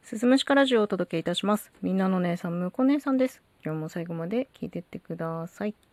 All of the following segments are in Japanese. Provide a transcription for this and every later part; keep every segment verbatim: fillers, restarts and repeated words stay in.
すずむしかラジオをお届けいたします。みんなの姉さん、むこ姉さんです。今日も最後まで聞いてってください。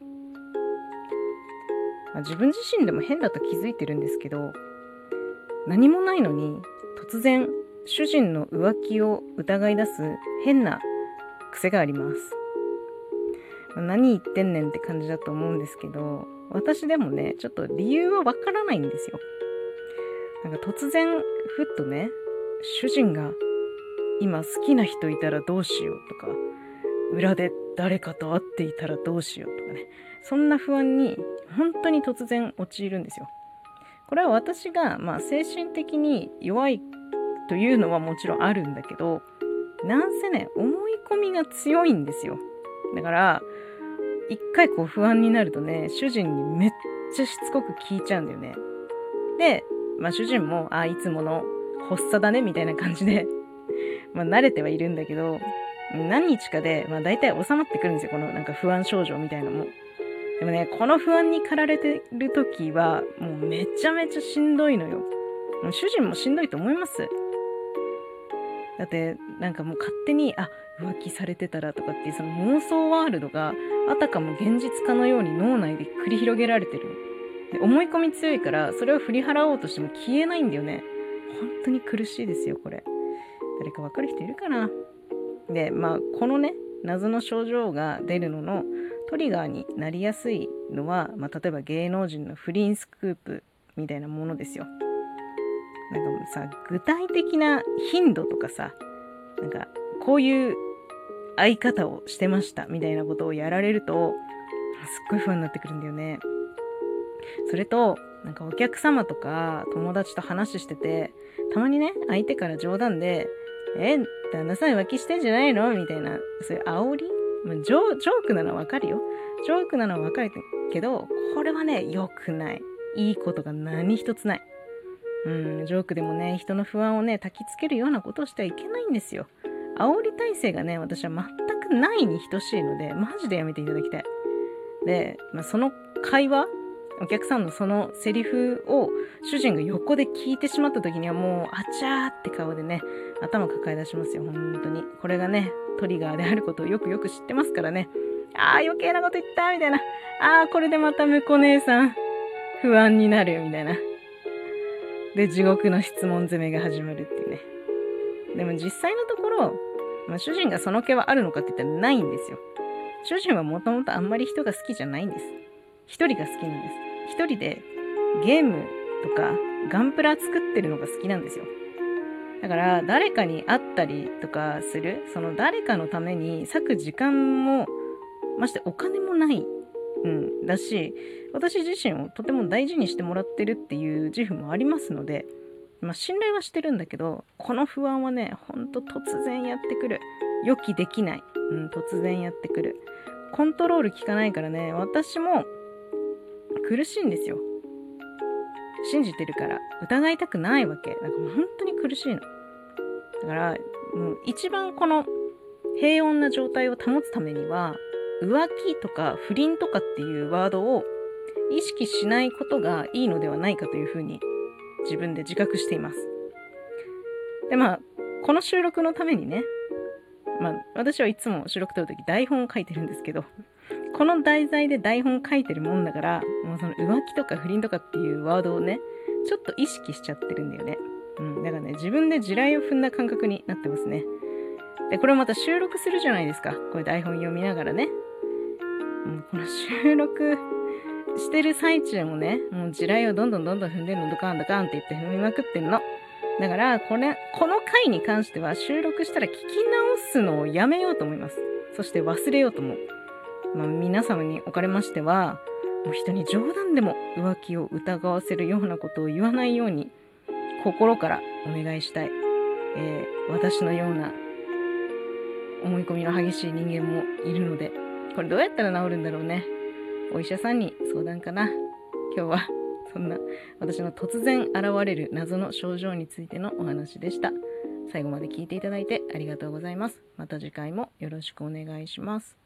まあ、自分自身でも変だと気づいてるんですけど、何もないのに突然主人の浮気を疑い出す変な癖があります。まあ、何言ってんねんって感じだと思うんですけど、私でもね、ちょっと理由はわからないんですよ。なんか突然ふっとね、主人が今好きな人いたらどうしようとか、裏で誰かと会っていたらどうしようとかね、そんな不安に本当に突然陥るんですよ。これは私が、まあ、精神的に弱いというのはもちろんあるんだけど、なんせね、思い込みが強いんですよ。だから一回こう不安になるとね、主人にめっちゃしつこく聞いちゃうんだよね。で、まあ主人もあいつもの発作だねみたいな感じでまあ慣れてはいるんだけど、何日かで、まあ大体収まってくるんですよ。このなんか不安症状みたいなのも。でもね、この不安に駆られてる時は、もうめちゃめちゃしんどいのよ。もう主人もしんどいと思います。だって、なんかもう勝手に、あ、浮気されてたらとかっていうその妄想ワールドが、あたかも現実化のように脳内で繰り広げられてる。で、思い込み強いから、それを振り払おうとしても消えないんだよね。本当に苦しいですよ、これ。誰かわかる人いるかな。で、まあこのね、謎の症状が出るののトリガーになりやすいのは、まあ、例えば芸能人の不倫スクープみたいなものですよ。なんかもうさ、具体的な頻度とかさ、なんかこういう相方をしてましたみたいなことをやられると、すっごい不安になってくるんだよね。それと、なんかお客様とか友達と話してて、たまにね、相手から冗談で、え、旦那さん浮気してんじゃないのみたいな、そういう煽り、まあ、ジョジョークなのはわかるよ。ジョークなのはわかるけど、これはね、良くない。いいことが何一つない。うん、ジョークでもね、人の不安をね、焚きつけるようなことをしてはいけないんですよ。煽り体制がね、私は全くないに等しいので、マジでやめていただきたい。で、まあ、その会話、お客さんのそのセリフを主人が横で聞いてしまった時にはもうあちゃーって顔でね、頭抱え出しますよ、本当に。これがね、トリガーであることをよくよく知ってますからね。あー余計なこと言ったみたいな。あーこれでまた婿姉さん不安になるよみたいな。で、地獄の質問攻めが始まるっていうね。でも実際のところ、まあ、主人がその気はあるのかって言ったらないんですよ。主人はもともとあんまり人が好きじゃないんです。一人が好きなんです。一人でゲームとかガンプラ作ってるのが好きなんですよ。だから誰かに会ったりとかする、その誰かのために割く時間も、ましてお金もない、うん、だし、私自身をとても大事にしてもらってるっていう自負もありますので、まあ信頼はしてるんだけど、この不安はね、ほんと突然やってくる。予期できない。うん、突然やってくる。コントロール効かないからね、私も苦しいんですよ。信じてるから疑いたくないわけ。なんかもう本当に苦しいの。だからもう一番この平穏な状態を保つためには、浮気とか不倫とかっていうワードを意識しないことがいいのではないかというふうに自分で自覚しています。で、まあこの収録のためにね、まあ私はいつも収録撮るとき台本を書いてるんですけど、この題材で台本書いてるもんだから、もうその浮気とか不倫とかっていうワードをね、ちょっと意識しちゃってるんだよね。うん、だからね、自分で地雷を踏んだ感覚になってますね。で、これをまた収録するじゃないですか。これ台本読みながらね。もうこの収録してる最中もね、もう地雷をどんどんどんどん踏んでるの、ドカンドカンって言って踏みまくってんの。だから、これ、この回に関しては収録したら聞き直すのをやめようと思います。そして忘れようと思う。まあ、皆様におかれましては、もう人に冗談でも浮気を疑わせるようなことを言わないように心からお願いしたい。えー、私のような思い込みの激しい人間もいるので、これどうやったら治るんだろうね。お医者さんに相談かな。今日はそんな私の突然現れる謎の症状についてのお話でした。最後まで聞いていただいてありがとうございます。また次回もよろしくお願いします。